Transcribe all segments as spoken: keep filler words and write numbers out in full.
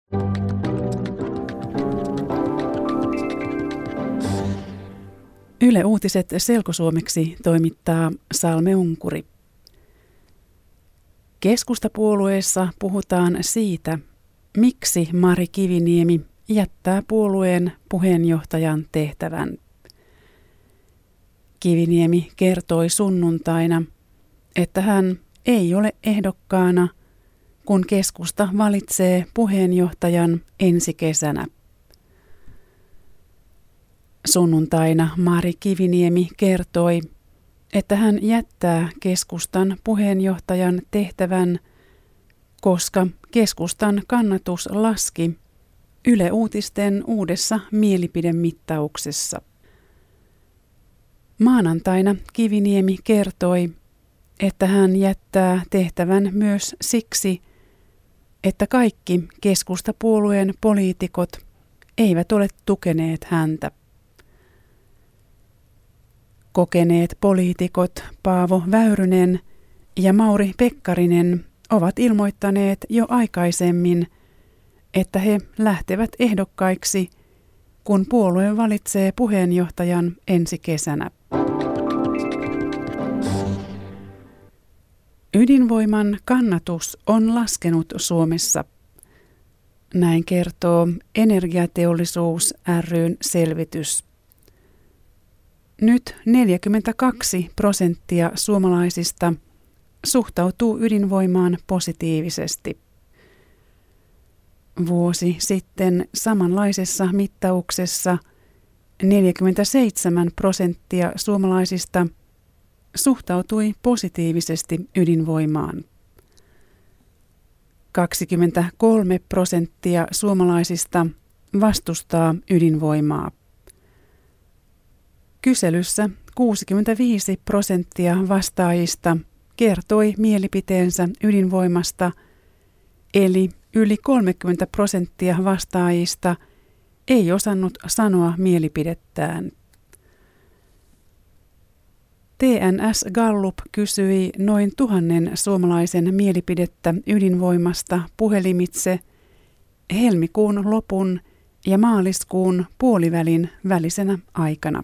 Yle Uutiset selkosuomeksi toimittaa Salme Unkuri. Keskustapuolueessa puhutaan siitä, miksi Mari Kiviniemi jättää puolueen puheenjohtajan tehtävän. Kiviniemi kertoi sunnuntaina, että hän ei ole ehdokkaana, kun keskusta valitsee puheenjohtajan ensi kesänä. Sunnuntaina Mari Kiviniemi kertoi, että hän jättää keskustan puheenjohtajan tehtävän, koska keskustan kannatus laski Yle Uutisten uudessa mielipidemittauksessa. Maanantaina Kiviniemi kertoi, että hän jättää tehtävän myös siksi, että kaikki keskustapuolueen poliitikot eivät ole tukeneet häntä. Kokeneet poliitikot Paavo Väyrynen ja Mauri Pekkarinen ovat ilmoittaneet jo aikaisemmin, että he lähtevät ehdokkaiksi, kun puolue valitsee puheenjohtajan ensi kesänä. Ydinvoiman kannatus on laskenut Suomessa. Näin kertoo Energiateollisuus ry:n selvitys. Nyt neljäkymmentäkaksi prosenttia suomalaisista suhtautuu ydinvoimaan positiivisesti. Vuosi sitten samanlaisessa mittauksessa neljäkymmentäseitsemän prosenttia suomalaisista suhtautui positiivisesti ydinvoimaan. kaksikymmentäkolme prosenttia suomalaisista vastustaa ydinvoimaa. Kyselyssä kuusikymmentäviisi prosenttia vastaajista kertoi mielipiteensä ydinvoimasta, eli yli kolmekymmentä prosenttia vastaajista ei osannut sanoa mielipidettään. T N S Gallup kysyi noin tuhannen suomalaisen mielipidettä ydinvoimasta puhelimitse helmikuun lopun ja maaliskuun puolivälin välisenä aikana.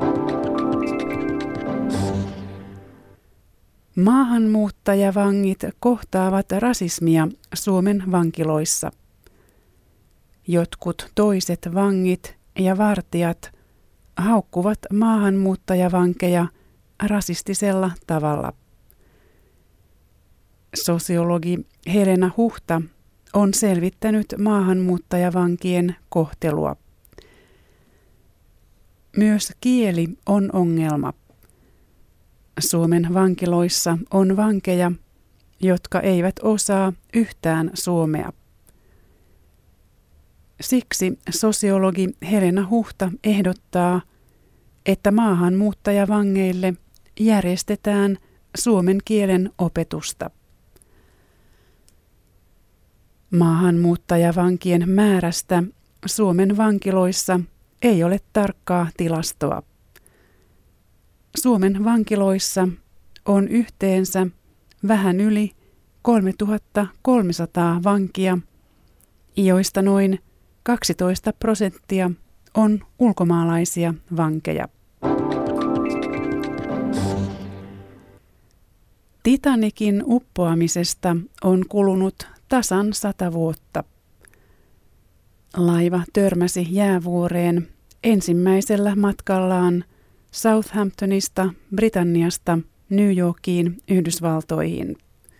Maahanmuuttajavangit kohtaavat rasismia Suomen vankiloissa. Jotkut toiset vangit ja vartijat haukkuvat maahanmuuttajavankeja rasistisella tavalla. Sosiologi Helena Huhta on selvittänyt maahanmuuttajavankien kohtelua. Myös kieli on ongelma. Suomen vankiloissa on vankeja, jotka eivät osaa yhtään suomea. Siksi sosiologi Helena Huhta ehdottaa, että maahanmuuttajavangeille järjestetään suomen kielen opetusta. Maahanmuuttajavankien määrästä Suomen vankiloissa ei ole tarkkaa tilastoa. Suomen vankiloissa on yhteensä vähän yli kolmetuhatta kolmesataa vankia, joista noin kaksitoista prosenttia on ulkomaalaisia vankeja. Titanicin uppoamisesta on kulunut tasan sata vuotta. Laiva törmäsi jäävuoreen ensimmäisellä matkallaan Southamptonista, Britanniasta, New Yorkiin, Yhdysvaltoihin.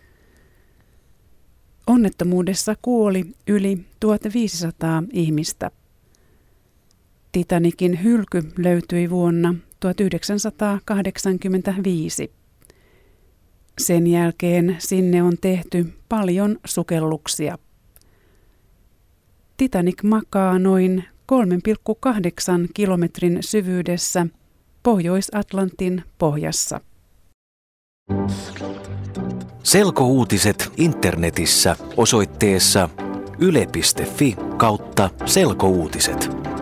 Onnettomuudessa kuoli yli tuhatviisisataa ihmistä. Titanicin hylky löytyi vuonna tuhatyhdeksänsataakahdeksankymmentäviisi. Sen jälkeen sinne on tehty paljon sukelluksia. Titanic makaa noin kolme pilkku kahdeksan kilometrin syvyydessä Pohjois-Atlantin pohjassa. Selkouutiset internetissä osoitteessa yle piste fi kautta selkouutiset.